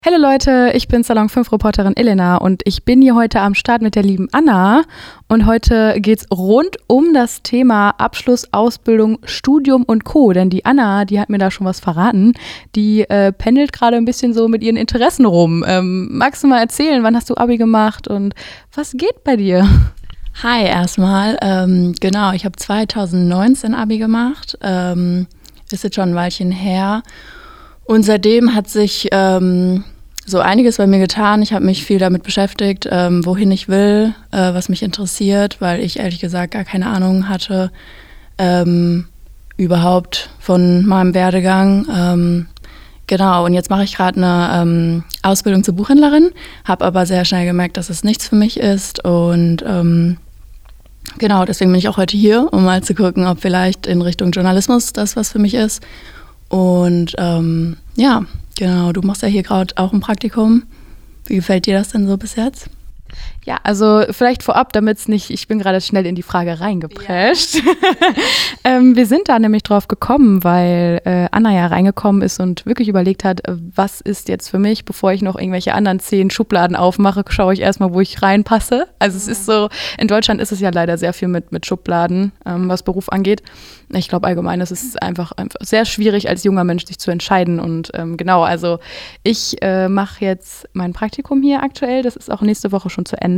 Hallo Leute, ich bin Salon 5 Reporterin Elena und ich bin hier heute am Start mit der lieben Anna und heute geht's rund um das Thema Abschluss, Ausbildung, Studium und Co. Denn die Anna, die hat mir da schon was verraten, die pendelt gerade ein bisschen so mit ihren Interessen rum. Magst du mal erzählen, wann hast du Abi gemacht und was geht bei dir? Hi erstmal, genau, ich habe 2019 Abi gemacht, ist jetzt schon ein Weilchen her und seitdem hat sich so einiges bei mir getan. Ich habe mich viel damit beschäftigt, wohin ich will, was mich interessiert, weil ich ehrlich gesagt gar keine Ahnung hatte überhaupt von meinem Werdegang. Genau, und jetzt mache ich gerade eine Ausbildung zur Buchhändlerin, habe aber sehr schnell gemerkt, dass es nichts für mich ist und genau, deswegen bin ich auch heute hier, um mal zu gucken, ob vielleicht in Richtung Journalismus das was für mich ist. Und ja, genau, du machst ja hier gerade auch ein Praktikum. Wie gefällt dir das denn so bis jetzt? Ja, also vielleicht vorab, damit es nicht, ich bin gerade schnell in die Frage reingeprescht. Ja. Wir sind da nämlich drauf gekommen, weil Anna ja reingekommen ist und wirklich überlegt hat, was ist jetzt für mich, bevor ich noch irgendwelche anderen 10 Schubladen aufmache, schaue ich erstmal, wo ich reinpasse. Also es ist so, in Deutschland ist es ja leider sehr viel mit Schubladen, was Beruf angeht. Ich glaube allgemein, es ist einfach sehr schwierig als junger Mensch sich zu entscheiden und genau, also ich mache jetzt mein Praktikum hier aktuell, das ist auch nächste Woche schon zu Ende.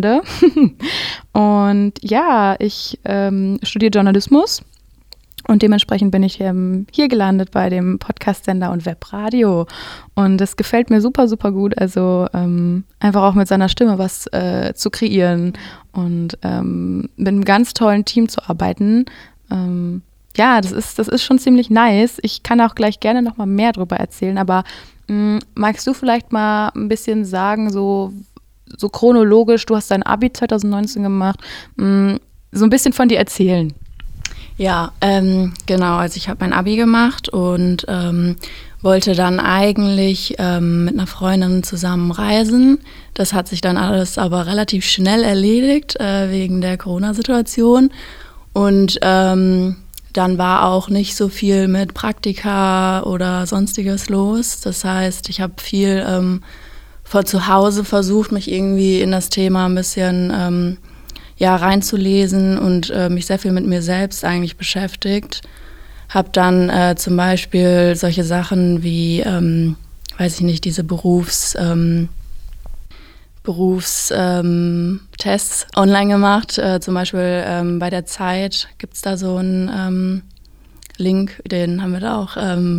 Und ja, ich studiere Journalismus und dementsprechend bin ich hier gelandet bei dem Podcast-Sender und Webradio und das gefällt mir super, super gut, also einfach auch mit seiner Stimme was zu kreieren und mit einem ganz tollen Team zu arbeiten. Ja, das ist schon ziemlich nice. Ich kann auch gleich gerne noch mal mehr drüber erzählen, aber magst du vielleicht mal ein bisschen sagen, so chronologisch, du hast dein Abi 2019 gemacht, so ein bisschen von dir erzählen. Ja, genau, also ich habe mein Abi gemacht und wollte dann eigentlich mit einer Freundin zusammen reisen. Das hat sich dann alles aber relativ schnell erledigt, wegen der Corona-Situation und dann war auch nicht so viel mit Praktika oder sonstiges los. Das heißt, ich habe viel von zu Hause versucht, mich irgendwie in das Thema ein bisschen reinzulesen und mich sehr viel mit mir selbst eigentlich beschäftigt. Habe dann zum Beispiel solche Sachen wie, weiß ich nicht, diese Berufstests online gemacht. Zum Beispiel bei der Zeit gibt es da so einen Link, den haben wir da auch,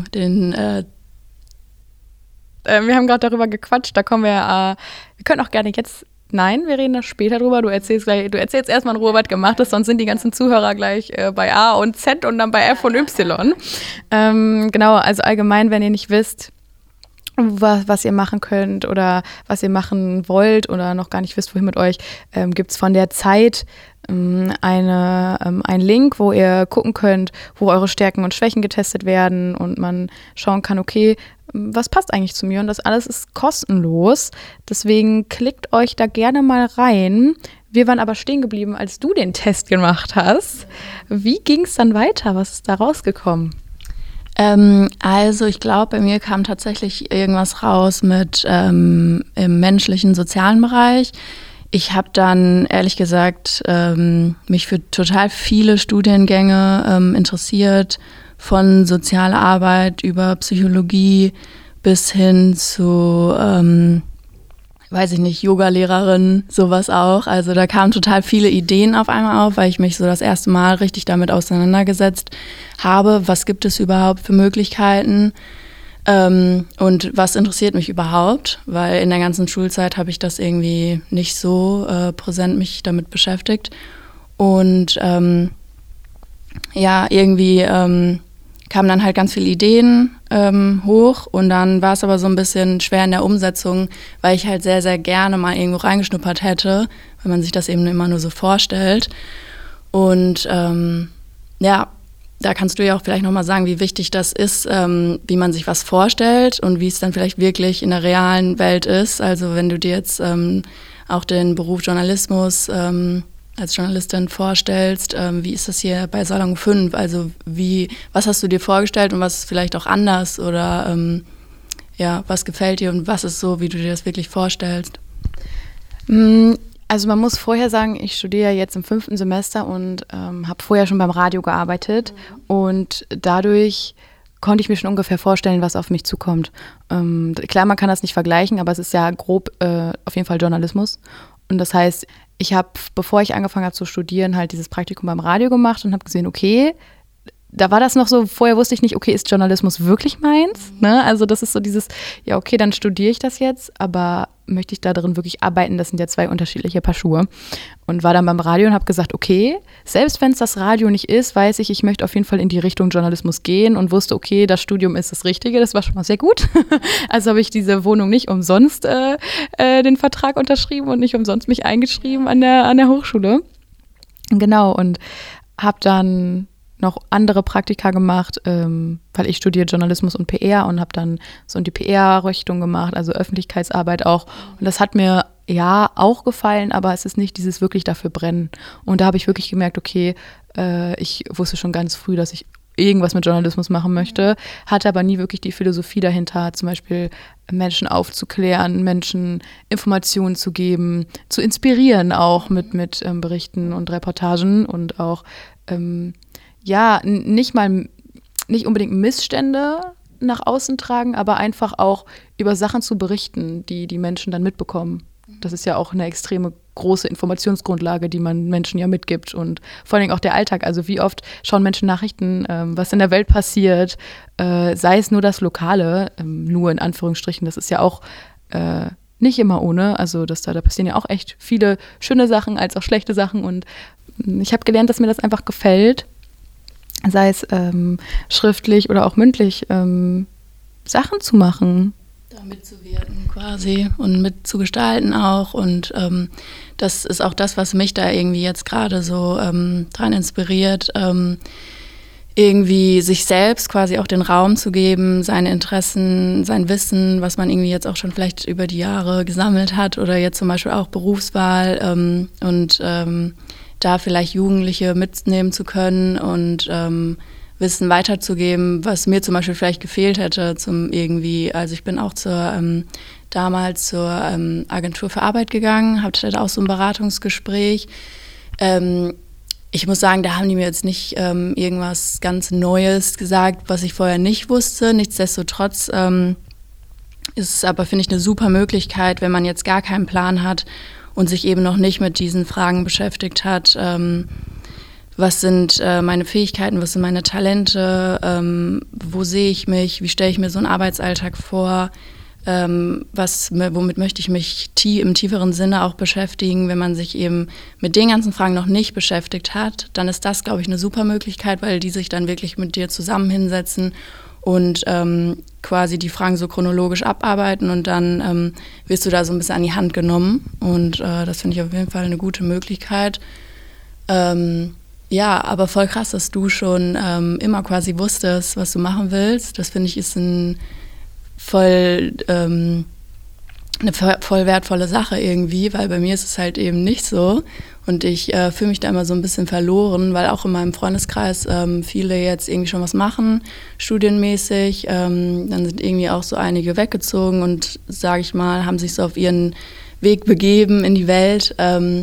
wir haben gerade darüber gequatscht, da kommen wir können auch gerne jetzt, nein, wir reden da später drüber, du erzählst erstmal in Ruhe, was gemacht ist, sonst sind die ganzen Zuhörer gleich bei A und Z und dann bei F und Y. Genau, also allgemein, wenn ihr nicht wisst, was ihr machen könnt oder was ihr machen wollt oder noch gar nicht wisst, wohin mit euch, gibt es von der Zeit einen Link, wo ihr gucken könnt, wo eure Stärken und Schwächen getestet werden und man schauen kann, okay, was passt eigentlich zu mir? Und das alles ist kostenlos. Deswegen klickt euch da gerne mal rein. Wir waren aber stehen geblieben, als du den Test gemacht hast. Wie ging es dann weiter? Was ist da rausgekommen? Also ich glaube, bei mir kam tatsächlich irgendwas raus mit im menschlichen, sozialen Bereich. Ich habe dann, ehrlich gesagt, mich für total viele Studiengänge interessiert, von sozialer Arbeit über Psychologie bis hin zu, weiß ich nicht, Yoga-Lehrerin, sowas auch. Also da kamen total viele Ideen auf einmal auf, weil ich mich so das erste Mal richtig damit auseinandergesetzt habe. Was gibt es überhaupt für Möglichkeiten? Und was interessiert mich überhaupt? Weil in der ganzen Schulzeit habe ich das irgendwie nicht so präsent mich damit beschäftigt. Und irgendwie kamen dann halt ganz viele Ideen hoch und dann war es aber so ein bisschen schwer in der Umsetzung, weil ich halt sehr, sehr gerne mal irgendwo reingeschnuppert hätte, wenn man sich das eben immer nur so vorstellt. Und da kannst du ja auch vielleicht nochmal sagen, wie wichtig das ist, wie man sich was vorstellt und wie es dann vielleicht wirklich in der realen Welt ist. Also wenn du dir jetzt auch den Beruf Journalismus als Journalistin vorstellst, wie ist das hier bei Salon 5? Also was hast du dir vorgestellt und was ist vielleicht auch anders? Oder was gefällt dir und was ist so, wie du dir das wirklich vorstellst? Also man muss vorher sagen, ich studiere jetzt im 5. Semester und habe vorher schon beim Radio gearbeitet und dadurch konnte ich mir schon ungefähr vorstellen, was auf mich zukommt. Klar, man kann das nicht vergleichen, aber es ist ja grob auf jeden Fall Journalismus. Und das heißt, ich habe, bevor ich angefangen habe zu studieren, halt dieses Praktikum beim Radio gemacht und habe gesehen, okay, da war das noch so, vorher wusste ich nicht, okay, ist Journalismus wirklich meins? Ne? Also das ist so dieses, ja okay, dann studiere ich das jetzt, aber möchte ich da drin wirklich arbeiten? Das sind ja 2 unterschiedliche Paar Schuhe. Und war dann beim Radio und habe gesagt, okay, selbst wenn es das Radio nicht ist, weiß ich, ich möchte auf jeden Fall in die Richtung Journalismus gehen und wusste, okay, das Studium ist das Richtige, das war schon mal sehr gut. Also habe ich diese Wohnung nicht umsonst den Vertrag unterschrieben und nicht umsonst mich eingeschrieben an der Hochschule. Genau, und habe dann noch andere Praktika gemacht, weil ich studiere Journalismus und PR und habe dann so in die PR-Richtung gemacht, also Öffentlichkeitsarbeit auch. Und das hat mir ja auch gefallen, aber es ist nicht dieses wirklich dafür brennen. Und da habe ich wirklich gemerkt, okay, ich wusste schon ganz früh, dass ich irgendwas mit Journalismus machen möchte, hatte aber nie wirklich die Philosophie dahinter, zum Beispiel Menschen aufzuklären, Menschen Informationen zu geben, zu inspirieren auch mit Berichten und Reportagen und auch nicht unbedingt Missstände nach außen tragen, aber einfach auch über Sachen zu berichten, die die Menschen dann mitbekommen. Das ist ja auch eine extreme große Informationsgrundlage, die man Menschen ja mitgibt und vor allem auch der Alltag. Also wie oft schauen Menschen Nachrichten, was in der Welt passiert, sei es nur das Lokale, nur in Anführungsstrichen, das ist ja auch nicht immer ohne. Also da passieren ja auch echt viele schöne Sachen als auch schlechte Sachen und ich habe gelernt, dass mir das einfach gefällt, sei es schriftlich oder auch mündlich, Sachen zu machen. Da mitzuwirken quasi und mitzugestalten auch. Und das ist auch das, was mich da irgendwie jetzt gerade so dran inspiriert, irgendwie sich selbst quasi auch den Raum zu geben, seine Interessen, sein Wissen, was man irgendwie jetzt auch schon vielleicht über die Jahre gesammelt hat oder jetzt zum Beispiel auch Berufswahl und da vielleicht Jugendliche mitnehmen zu können und Wissen weiterzugeben, was mir zum Beispiel vielleicht gefehlt hätte also ich bin auch damals zur Agentur für Arbeit gegangen, hatte da auch so ein Beratungsgespräch. Ich muss sagen, da haben die mir jetzt nicht irgendwas ganz Neues gesagt, was ich vorher nicht wusste. Nichtsdestotrotz ist es aber, finde ich, eine super Möglichkeit, wenn man jetzt gar keinen Plan hat und sich eben noch nicht mit diesen Fragen beschäftigt hat. Was sind meine Fähigkeiten, was sind meine Talente, wo sehe ich mich, wie stelle ich mir so einen Arbeitsalltag vor, womit möchte ich mich im tieferen Sinne auch beschäftigen. Wenn man sich eben mit den ganzen Fragen noch nicht beschäftigt hat, dann ist das, glaube ich, eine super Möglichkeit, weil die sich dann wirklich mit dir zusammen hinsetzen und quasi die Fragen so chronologisch abarbeiten und dann wirst du da so ein bisschen an die Hand genommen und das finde ich auf jeden Fall eine gute Möglichkeit. Ja, aber voll krass, dass du schon immer quasi wusstest, was du machen willst. Das finde ich ist eine voll wertvolle Sache irgendwie, weil bei mir ist es halt eben nicht so. Und ich fühle mich da immer so ein bisschen verloren, weil auch in meinem Freundeskreis viele jetzt irgendwie schon was machen, studienmäßig. Dann sind irgendwie auch so einige weggezogen und, sage ich mal, haben sich so auf ihren Weg begeben in die Welt.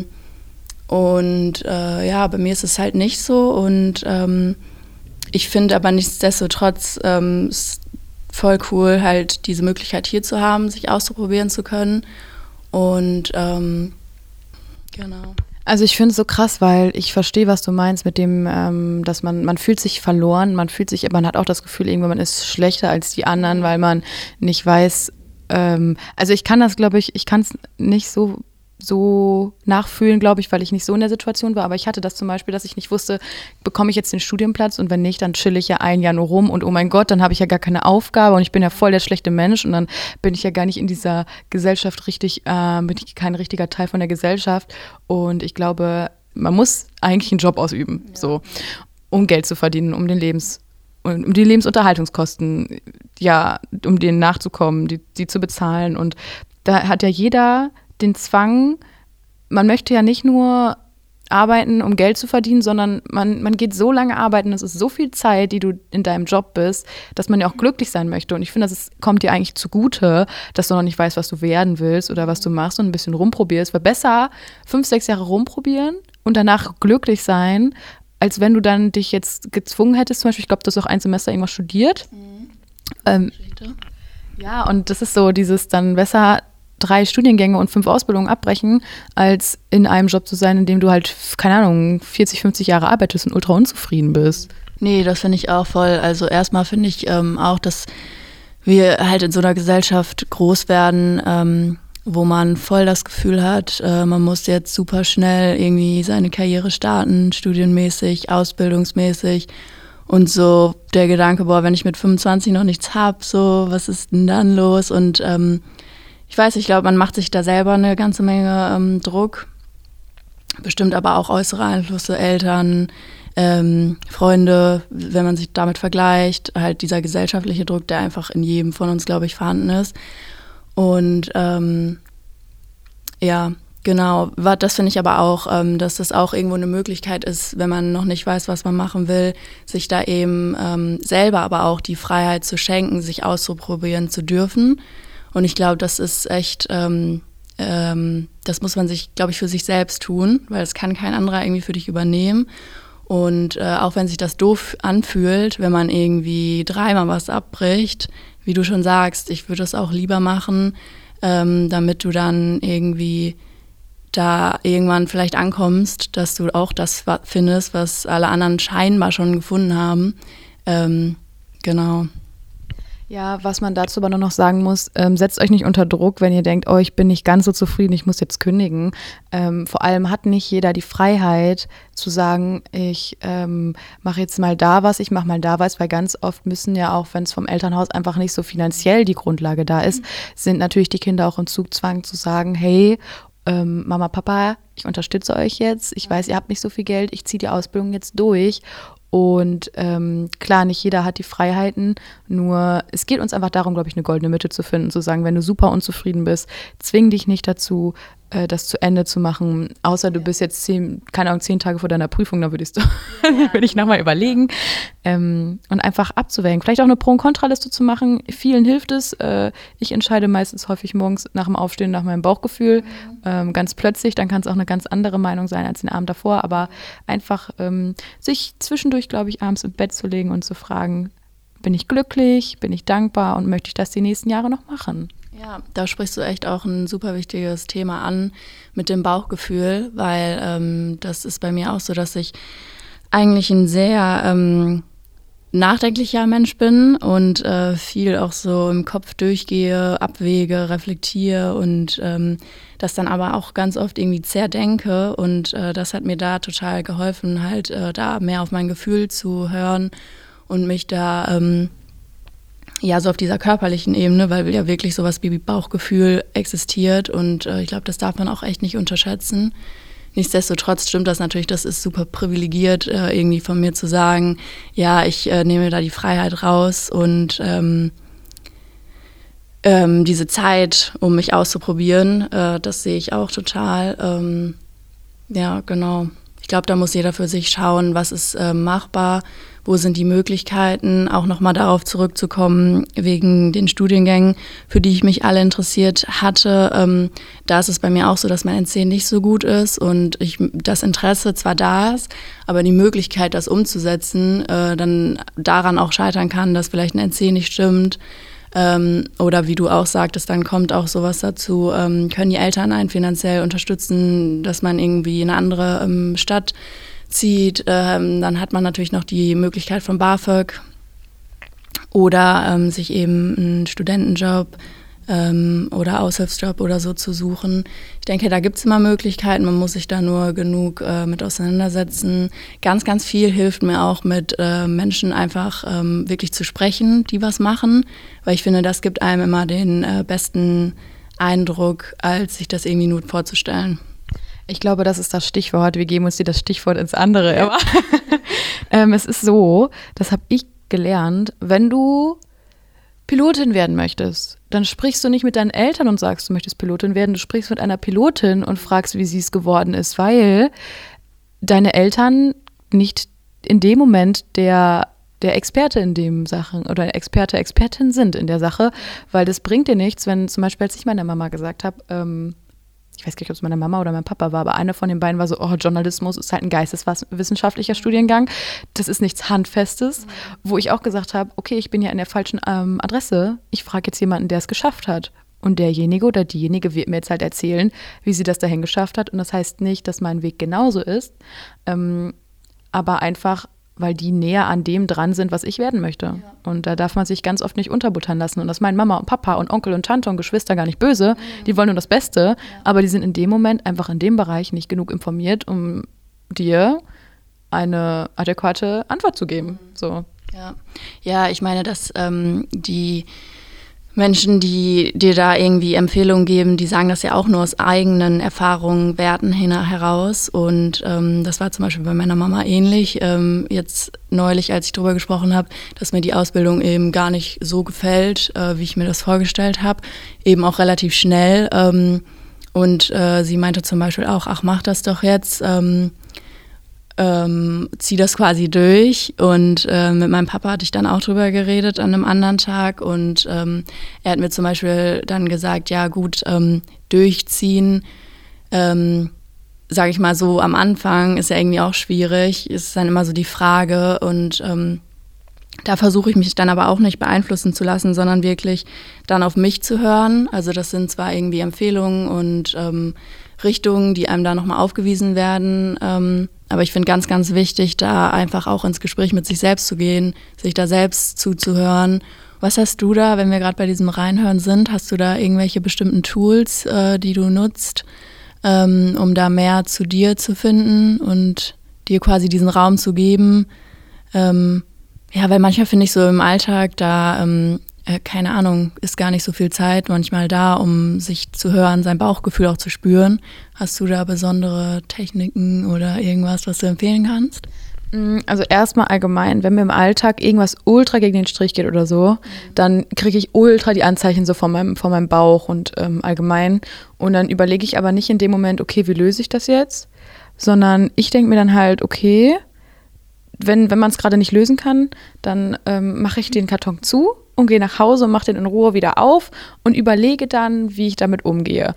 Bei mir ist es halt nicht so. Und ich finde aber nichtsdestotrotz ist voll cool, halt diese Möglichkeit hier zu haben, sich auszuprobieren zu können. Und genau. Also ich finde es so krass, weil ich verstehe, was du meinst mit dem, dass man fühlt sich verloren, man hat auch das Gefühl, irgendwann man ist schlechter als die anderen, weil man nicht weiß, also ich kann das, glaube ich, kann es nicht so nachfühlen, glaube ich, weil ich nicht so in der Situation war. Aber ich hatte das zum Beispiel, dass ich nicht wusste, bekomme ich jetzt den Studienplatz und wenn nicht, dann chill ich ja ein Jahr nur rum und oh mein Gott, dann habe ich ja gar keine Aufgabe und ich bin ja voll der schlechte Mensch und dann bin ich ja gar nicht in dieser Gesellschaft bin ich kein richtiger Teil von der Gesellschaft. Und ich glaube, man muss eigentlich einen Job ausüben, so, um Geld zu verdienen, um die Lebensunterhaltungskosten, ja, um denen nachzukommen, die zu bezahlen. Und da hat ja jeder den Zwang, man möchte ja nicht nur, arbeiten, um Geld zu verdienen, sondern man geht so lange arbeiten, es ist so viel Zeit, die du in deinem Job bist, dass man ja auch glücklich sein möchte. Und ich finde, kommt dir eigentlich zugute, dass du noch nicht weißt, was du werden willst oder was du machst und ein bisschen rumprobierst. Weil besser 5, 6 Jahre rumprobieren und danach glücklich sein, als wenn du dann dich jetzt gezwungen hättest. Zum Beispiel, ich glaube, du hast auch ein Semester irgendwas studiert. Ja, und das ist so dieses dann besser 3 Studiengänge und 5 Ausbildungen abbrechen, als in einem Job zu sein, in dem du halt, keine Ahnung, 40, 50 Jahre arbeitest und ultra unzufrieden bist. Nee, das finde ich auch voll. Also erstmal finde ich auch, dass wir halt in so einer Gesellschaft groß werden, wo man voll das Gefühl hat, man muss jetzt super schnell irgendwie seine Karriere starten, studienmäßig, ausbildungsmäßig. Und so der Gedanke, boah, wenn ich mit 25 noch nichts habe, so, was ist denn dann los? Und ich weiß, ich glaube, man macht sich da selber eine ganze Menge Druck. Bestimmt aber auch äußere Einflüsse, Eltern, Freunde, wenn man sich damit vergleicht. Halt dieser gesellschaftliche Druck, der einfach in jedem von uns, glaube ich, vorhanden ist. Und ja, genau. Das finde ich aber auch, dass das auch irgendwo eine Möglichkeit ist, wenn man noch nicht weiß, was man machen will, sich da eben selber aber auch die Freiheit zu schenken, sich auszuprobieren zu dürfen. Und ich glaube, das ist echt, das muss man sich, glaube ich, für sich selbst tun, weil das kann kein anderer irgendwie für dich übernehmen. Und auch wenn sich das doof anfühlt, wenn man irgendwie 3-mal was abbricht, wie du schon sagst, ich würde das auch lieber machen, damit du dann irgendwie da irgendwann vielleicht ankommst, dass du auch das findest, was alle anderen scheinbar schon gefunden haben. Genau. Ja, was man dazu aber nur noch sagen muss, setzt euch nicht unter Druck, wenn ihr denkt, oh, ich bin nicht ganz so zufrieden, ich muss jetzt kündigen. Vor allem hat nicht jeder die Freiheit zu sagen, ich mache jetzt mal da was, ich mache mal da was, weil ganz oft müssen ja auch, wenn es vom Elternhaus einfach nicht so finanziell die Grundlage da ist, sind natürlich die Kinder auch im Zugzwang zu sagen, hey, Mama, Papa, ich unterstütze euch jetzt, ich weiß, ihr habt nicht so viel Geld, ich ziehe die Ausbildung jetzt durch. Und klar, nicht jeder hat die Freiheiten, nur es geht uns einfach darum, glaube ich, eine goldene Mitte zu finden, zu sagen, wenn du super unzufrieden bist, zwing dich nicht dazu, das zu Ende zu machen, außer du bist jetzt 10 Tage vor deiner Prüfung, dann würde ich nochmal überlegen und einfach abzuwägen. Vielleicht auch eine Pro- und Kontraliste zu machen, vielen hilft es. Ich entscheide meistens häufig morgens nach dem Aufstehen nach meinem Bauchgefühl, ganz plötzlich, dann kann es auch eine ganz andere Meinung sein als den Abend davor, aber einfach sich zwischendurch, glaube ich, abends im Bett zu legen und zu fragen, bin ich glücklich, bin ich dankbar und möchte ich das die nächsten Jahre noch machen? Ja, da sprichst du echt auch ein super wichtiges Thema an mit dem Bauchgefühl, weil das ist bei mir auch so, dass ich eigentlich ein sehr nachdenklicher Mensch bin und viel auch so im Kopf durchgehe, abwäge, reflektiere und das dann aber auch ganz oft irgendwie zerdenke und das hat mir da total geholfen, halt da mehr auf mein Gefühl zu hören und mich da ja, so auf dieser körperlichen Ebene, weil ja wirklich sowas wie Bauchgefühl existiert und ich glaube, das darf man auch echt nicht unterschätzen. Nichtsdestotrotz stimmt das natürlich, das ist super privilegiert, irgendwie von mir zu sagen, ja, ich nehme da die Freiheit raus und diese Zeit, um mich auszuprobieren, das sehe ich auch total. Ja, genau. Ich glaube, da muss jeder für sich schauen, was ist machbar, wo sind die Möglichkeiten, auch nochmal darauf zurückzukommen, wegen den Studiengängen, für die ich mich alle interessiert hatte. Da ist es bei mir auch so, dass mein NC nicht so gut ist und das Interesse zwar da ist, aber die Möglichkeit, das umzusetzen, dann daran auch scheitern kann, dass vielleicht ein NC nicht stimmt. Oder wie du auch sagtest, dann kommt auch sowas dazu, können die Eltern einen finanziell unterstützen, dass man irgendwie in eine andere Stadt zieht. Dann hat man natürlich noch die Möglichkeit von BAföG oder sich eben einen Studentenjob oder Aushilfsjob oder so zu suchen. Ich denke, da gibt es immer Möglichkeiten, man muss sich da nur genug mit auseinandersetzen. Ganz, ganz viel hilft mir auch, mit Menschen einfach wirklich zu sprechen, die was machen, weil ich finde, das gibt einem immer den besten Eindruck, als sich das irgendwie nur vorzustellen. Ich glaube, das ist das Stichwort. Wir geben uns das Stichwort ins andere. Ja. Es ist so, das habe ich gelernt, wenn du Pilotin werden möchtest, dann sprichst du nicht mit deinen Eltern und sagst, du möchtest Pilotin werden, du sprichst mit einer Pilotin und fragst, wie sie es geworden ist, weil deine Eltern nicht in dem Moment der Experte in dem Sachen oder Expertin sind in der Sache, weil das bringt dir nichts, wenn zum Beispiel, als ich meiner Mama gesagt habe, ich weiß gar nicht, ob es meine Mama oder mein Papa war, aber einer von den beiden war so, Journalismus ist halt ein geisteswissenschaftlicher Studiengang, das ist nichts Handfestes, wo ich auch gesagt habe, okay, ich bin ja in der falschen Adresse, ich frage jetzt jemanden, der es geschafft hat. Und derjenige oder diejenige wird mir jetzt halt erzählen, wie sie das dahin geschafft hat. Und das heißt nicht, dass mein Weg genauso ist, aber einfach, weil die näher an dem dran sind, was ich werden möchte. Ja. Und da darf man sich ganz oft nicht unterbuttern lassen. Und das meinen Mama und Papa und Onkel und Tante und Geschwister gar nicht böse. Die wollen nur das Beste, aber die sind in dem Moment einfach in dem Bereich nicht genug informiert, um dir eine adäquate Antwort zu geben. So. Ja, ich meine, dass die Menschen, die dir da irgendwie Empfehlungen geben, die sagen das ja auch nur aus eigenen Erfahrungen, Werten heraus. Und das war zum Beispiel bei meiner Mama ähnlich. Jetzt neulich, als ich drüber gesprochen habe, dass mir die Ausbildung eben gar nicht so gefällt, wie ich mir das vorgestellt habe. Eben auch relativ schnell. Und sie meinte zum Beispiel auch, ach, mach das doch jetzt. Zieh das quasi durch und mit meinem Papa hatte ich dann auch drüber geredet an einem anderen Tag und er hat mir zum Beispiel dann gesagt, ja gut, durchziehen, sage ich mal so, am Anfang ist ja irgendwie auch schwierig, ist dann immer so die Frage und da versuche ich mich dann aber auch nicht beeinflussen zu lassen, sondern wirklich dann auf mich zu hören. Also das sind zwar irgendwie Empfehlungen und Richtungen, die einem da nochmal aufgewiesen werden, aber ich finde ganz, ganz wichtig, da einfach auch ins Gespräch mit sich selbst zu gehen, sich da selbst zuzuhören. Was hast du da, wenn wir gerade bei diesem Reinhören sind, hast du da irgendwelche bestimmten Tools, die du nutzt, um da mehr zu dir zu finden und dir quasi diesen Raum zu geben? Ja, weil manchmal finde ich so im Alltag, da, keine Ahnung, ist gar nicht so viel Zeit manchmal da, um sich zu hören, sein Bauchgefühl auch zu spüren. Hast du da besondere Techniken oder irgendwas, was du empfehlen kannst? Also erstmal allgemein, wenn mir im Alltag irgendwas ultra gegen den Strich geht oder so, dann kriege ich ultra die Anzeichen so von meinem Bauch und allgemein. Und dann überlege ich aber nicht in dem Moment, okay, wie löse ich das jetzt? Sondern ich denke mir dann halt, okay, wenn man es gerade nicht lösen kann, dann mache ich den Karton zu und gehe nach Hause und mache den in Ruhe wieder auf und überlege dann, wie ich damit umgehe.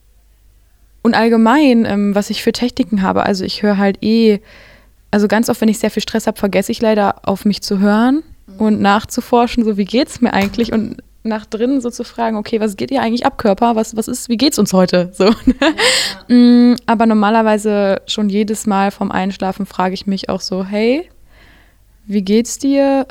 Und allgemein, was ich für Techniken habe, also ich höre halt also ganz oft, wenn ich sehr viel Stress habe, vergesse ich leider auf mich zu hören und nachzuforschen, so wie geht's mir eigentlich und nach drinnen so zu fragen, okay, was geht hier eigentlich ab, Körper? Wie geht's uns heute? So. Ja. Aber normalerweise schon jedes Mal vorm Einschlafen frage ich mich auch so, hey, wie geht's dir?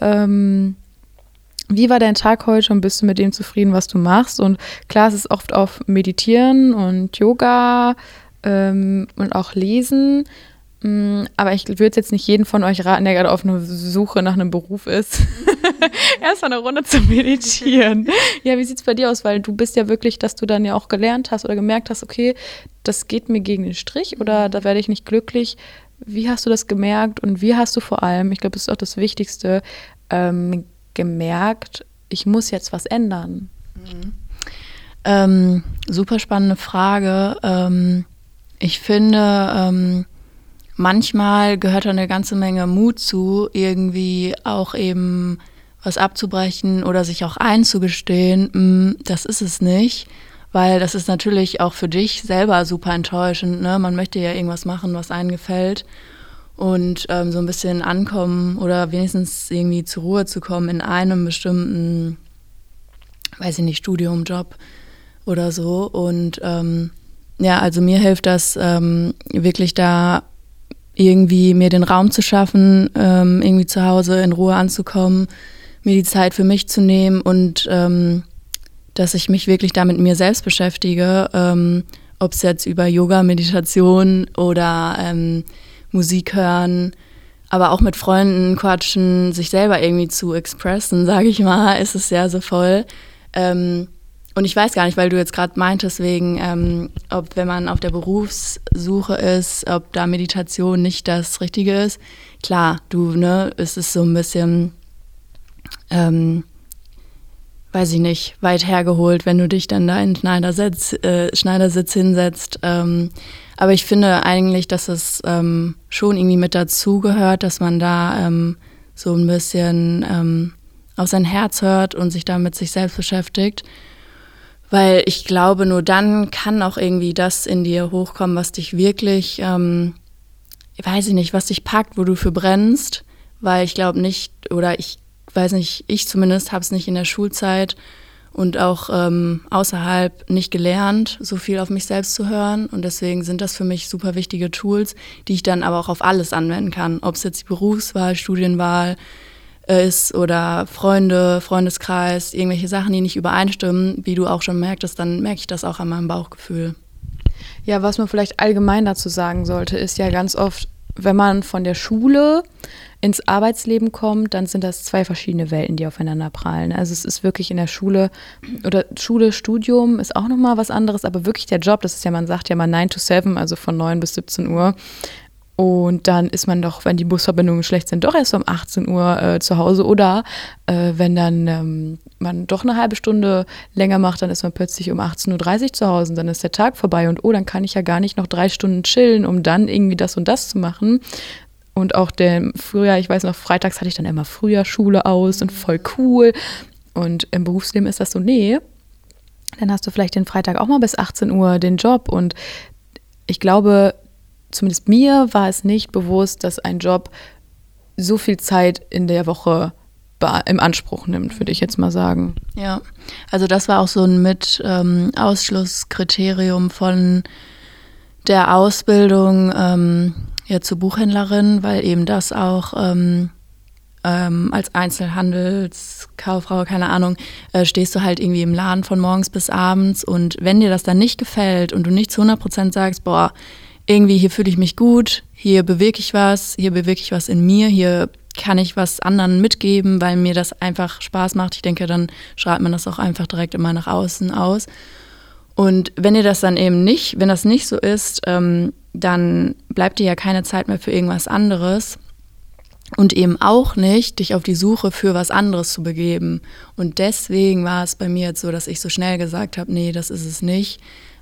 Wie war dein Tag heute und bist du mit dem zufrieden, was du machst? Und klar, es ist oft auf Meditieren und Yoga und auch Lesen. Aber ich würde jetzt nicht jeden von euch raten, der gerade auf einer Suche nach einem Beruf ist, erstmal eine Runde zu meditieren. Ja, wie sieht es bei dir aus? Weil du bist ja wirklich, dass du dann ja auch gelernt hast oder gemerkt hast, okay, das geht mir gegen den Strich oder da werde ich nicht glücklich. Wie hast du das gemerkt und wie hast du vor allem, ich glaube, das ist auch das Wichtigste, gemerkt, ich muss jetzt was ändern? Super spannende Frage. Ich finde, manchmal gehört da eine ganze Menge Mut zu, irgendwie auch eben was abzubrechen oder sich auch einzugestehen, das ist es nicht, weil das ist natürlich auch für dich selber super enttäuschend, ne? Man möchte ja irgendwas machen, was einem gefällt und so ein bisschen ankommen oder wenigstens irgendwie zur Ruhe zu kommen in einem bestimmten, weiß ich nicht, Studium, Job oder so und ja, also mir hilft das wirklich da irgendwie mir den Raum zu schaffen, irgendwie zu Hause in Ruhe anzukommen, mir die Zeit für mich zu nehmen und dass ich mich wirklich da mit mir selbst beschäftige, ob es jetzt über Yoga, Meditation oder Musik hören, aber auch mit Freunden quatschen, sich selber irgendwie zu expressen, sage ich mal, ist es ja so voll. Und ich weiß gar nicht, weil du jetzt gerade meintest, wegen, ob wenn man auf der Berufssuche ist, ob da Meditation nicht das Richtige ist. Klar, es ist so ein bisschen, weiß ich nicht, weit hergeholt, wenn du dich dann da in Schneidersitz hinsetzt. Aber ich finde eigentlich, dass es schon irgendwie mit dazugehört, dass man da so ein bisschen auf sein Herz hört und sich da mit sich selbst beschäftigt. Weil ich glaube, nur dann kann auch irgendwie das in dir hochkommen, was dich wirklich, weiß ich nicht, was dich packt, wo du für brennst. Weil ich glaube nicht, oder ich weiß nicht, ich zumindest habe es nicht in der Schulzeit und auch außerhalb nicht gelernt, so viel auf mich selbst zu hören. Und deswegen sind das für mich super wichtige Tools, die ich dann aber auch auf alles anwenden kann. Ob es jetzt die Berufswahl, Studienwahl ist oder Freunde, Freundeskreis, irgendwelche Sachen, die nicht übereinstimmen, wie du auch schon merktest, dann merke ich das auch an meinem Bauchgefühl. Ja, was man vielleicht allgemein dazu sagen sollte, ist ja ganz oft, wenn man von der Schule ins Arbeitsleben kommt, dann sind das 2 verschiedene Welten, die aufeinander prallen. Also es ist wirklich in der Schule, oder Schule, Studium ist auch nochmal was anderes, aber wirklich der Job, das ist ja, man sagt ja mal 9 to 7, also von 9 bis 17 Uhr. Und dann ist man doch, wenn die Busverbindungen schlecht sind, doch erst um 18 Uhr zu Hause. Oder wenn dann man doch eine halbe Stunde länger macht, dann ist man plötzlich um 18.30 Uhr zu Hause und dann ist der Tag vorbei. Und dann kann ich ja gar nicht noch 3 Stunden chillen, um dann irgendwie das und das zu machen. Und auch früher, ich weiß noch, freitags hatte ich dann immer früher Schule aus und voll cool. Und im Berufsleben ist das so, nee, dann hast du vielleicht den Freitag auch mal bis 18 Uhr den Job. Und ich glaube, zumindest mir war es nicht bewusst, dass ein Job so viel Zeit in der Woche im Anspruch nimmt, würde ich jetzt mal sagen. Ja, also das war auch so ein Ausschlusskriterium von der Ausbildung zur Buchhändlerin, weil eben das auch als Einzelhandelskauffrau, keine Ahnung, stehst du halt irgendwie im Laden von morgens bis abends und wenn dir das dann nicht gefällt und du nicht zu 100% sagst, boah, irgendwie hier fühle ich mich gut, hier bewirke ich was in mir, hier kann ich was anderen mitgeben, weil mir das einfach Spaß macht. Ich denke, dann strahlt man das auch einfach direkt immer nach außen aus. Und wenn dir das dann eben nicht, wenn das nicht so ist, dann bleibt dir ja keine Zeit mehr für irgendwas anderes und eben auch nicht, dich auf die Suche für was anderes zu begeben. Und deswegen war es bei mir jetzt so, dass ich so schnell gesagt habe, nee, das ist es nicht,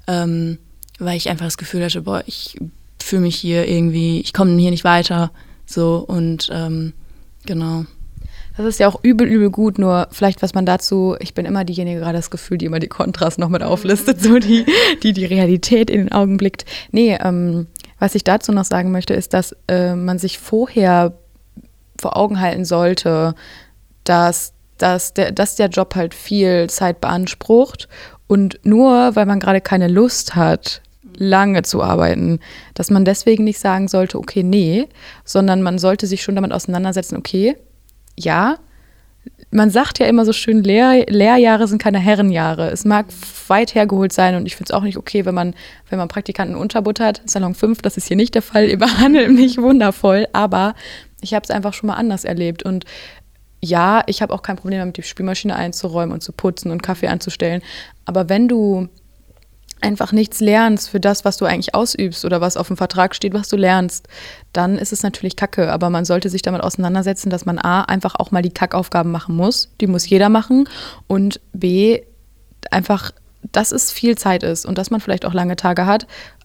weil ich einfach das Gefühl hatte, boah, ich fühle mich hier irgendwie, ich komme hier nicht weiter, so und genau. Das ist ja auch übel gut, nur vielleicht was man dazu, ich bin immer diejenige, gerade das Gefühl, die immer die Kontras noch mit auflistet, so die Realität in den Augen blickt. Nee, was ich dazu noch sagen möchte, ist, dass man sich vorher vor Augen halten sollte, dass der Job halt viel Zeit beansprucht und nur, weil man gerade keine Lust hat, lange zu arbeiten, dass man deswegen nicht sagen sollte, okay, nee, sondern man sollte sich schon damit auseinandersetzen, okay, ja, man sagt ja immer so schön, Lehrjahre sind keine Herrenjahre. Es mag weit hergeholt sein und ich finde es auch nicht okay, wenn man Praktikanten unterbuttert. Salon 5, das ist hier nicht der Fall, ihr behandelt mich wundervoll, aber ich habe es einfach schon mal anders erlebt und ja, ich habe auch kein Problem damit, die Spülmaschine einzuräumen und zu putzen und Kaffee anzustellen, aber wenn du einfach nichts lernst für das, was du eigentlich ausübst oder was auf dem Vertrag steht, was du lernst, dann ist es natürlich Kacke. Aber man sollte sich damit auseinandersetzen, dass man A, einfach auch mal die Kackaufgaben machen muss. Die muss jeder machen. Und B, einfach, dass es viel Zeit ist und dass man vielleicht auch lange Tage hat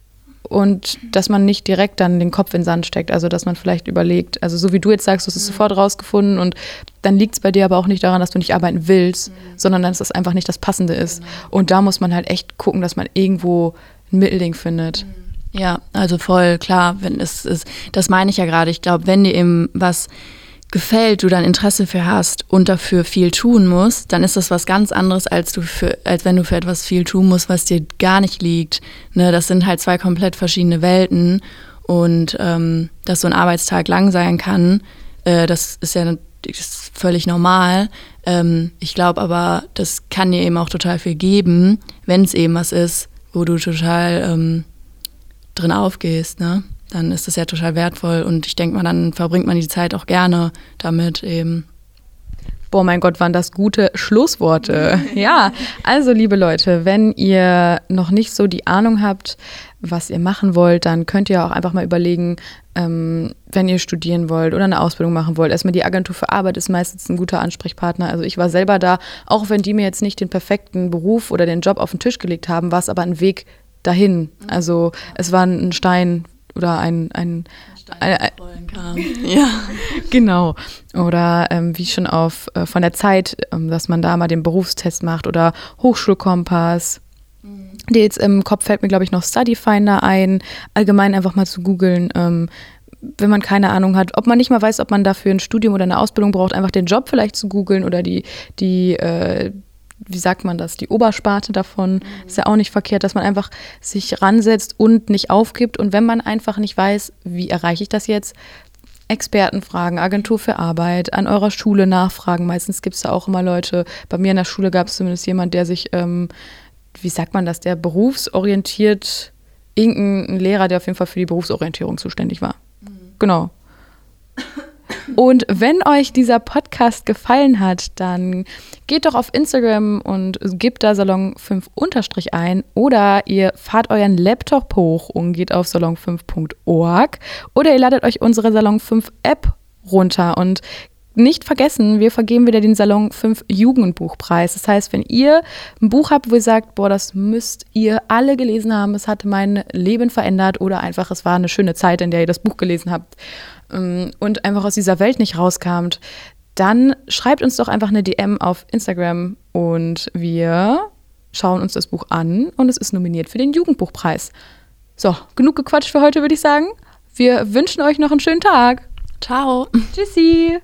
und dass man nicht direkt dann den Kopf in den Sand steckt. Also dass man vielleicht überlegt, also so wie du jetzt sagst, du hast es sofort rausgefunden und dann liegt es bei dir aber auch nicht daran, dass du nicht arbeiten willst, sondern dass es einfach nicht das Passende ist. Genau. Und da muss man halt echt gucken, dass man irgendwo ein Mittelding findet. Ja, also voll klar, wenn es ist, das meine ich ja gerade. Ich glaube, wenn dir eben was gefällt, du dann Interesse für hast und dafür viel tun musst, dann ist das was ganz anderes, als wenn du für etwas viel tun musst, was dir gar nicht liegt. Ne, das sind halt 2 komplett verschiedene Welten und dass so ein Arbeitstag lang sein kann, das ist ja völlig normal. Ich glaube aber, das kann dir eben auch total viel geben, wenn es eben was ist, wo du total drin aufgehst, ne? Dann ist das ja total wertvoll und ich denke mal, dann verbringt man die Zeit auch gerne damit eben. Boah, mein Gott, waren das gute Schlussworte. Ja, also liebe Leute, wenn ihr noch nicht so die Ahnung habt, was ihr machen wollt, dann könnt ihr auch einfach mal überlegen, wenn ihr studieren wollt oder eine Ausbildung machen wollt. Erstmal die Agentur für Arbeit ist meistens ein guter Ansprechpartner. Also ich war selber da, auch wenn die mir jetzt nicht den perfekten Beruf oder den Job auf den Tisch gelegt haben, war es aber ein Weg dahin. Also es war ein Stein oder ein kam. Ja, genau. Oder wie schon von der Zeit, dass man da mal den Berufstest macht oder Hochschulkompass. Jetzt im Kopf fällt mir, glaube ich, noch Studyfinder ein. Allgemein einfach mal zu googeln, wenn man keine Ahnung hat, ob man nicht mal weiß, ob man dafür ein Studium oder eine Ausbildung braucht, einfach den Job vielleicht zu googeln oder die wie sagt man das, die Obersparte davon. Ist ja auch nicht verkehrt, dass man einfach sich ransetzt und nicht aufgibt. Und wenn man einfach nicht weiß, wie erreiche ich das jetzt, Experten fragen, Agentur für Arbeit, an eurer Schule nachfragen. Meistens gibt es da auch immer Leute, bei mir in der Schule gab es zumindest jemand, der sich, wie sagt man das, der berufsorientiert, irgendein Lehrer, der auf jeden Fall für die Berufsorientierung zuständig war. Genau. Und wenn euch dieser Podcast gefallen hat, dann geht doch auf Instagram und gebt da Salon5_ ein oder ihr fahrt euren Laptop hoch und geht auf salon5.org oder ihr ladet euch unsere Salon 5 App runter und nicht vergessen, wir vergeben wieder den Salon 5 Jugendbuchpreis. Das heißt, wenn ihr ein Buch habt, wo ihr sagt, boah, das müsst ihr alle gelesen haben, es hat mein Leben verändert oder einfach, es war eine schöne Zeit, in der ihr das Buch gelesen habt und einfach aus dieser Welt nicht rauskamt, dann schreibt uns doch einfach eine DM auf Instagram und wir schauen uns das Buch an und es ist nominiert für den Jugendbuchpreis. So, genug gequatscht für heute, würde ich sagen. Wir wünschen euch noch einen schönen Tag. Ciao. Tschüssi.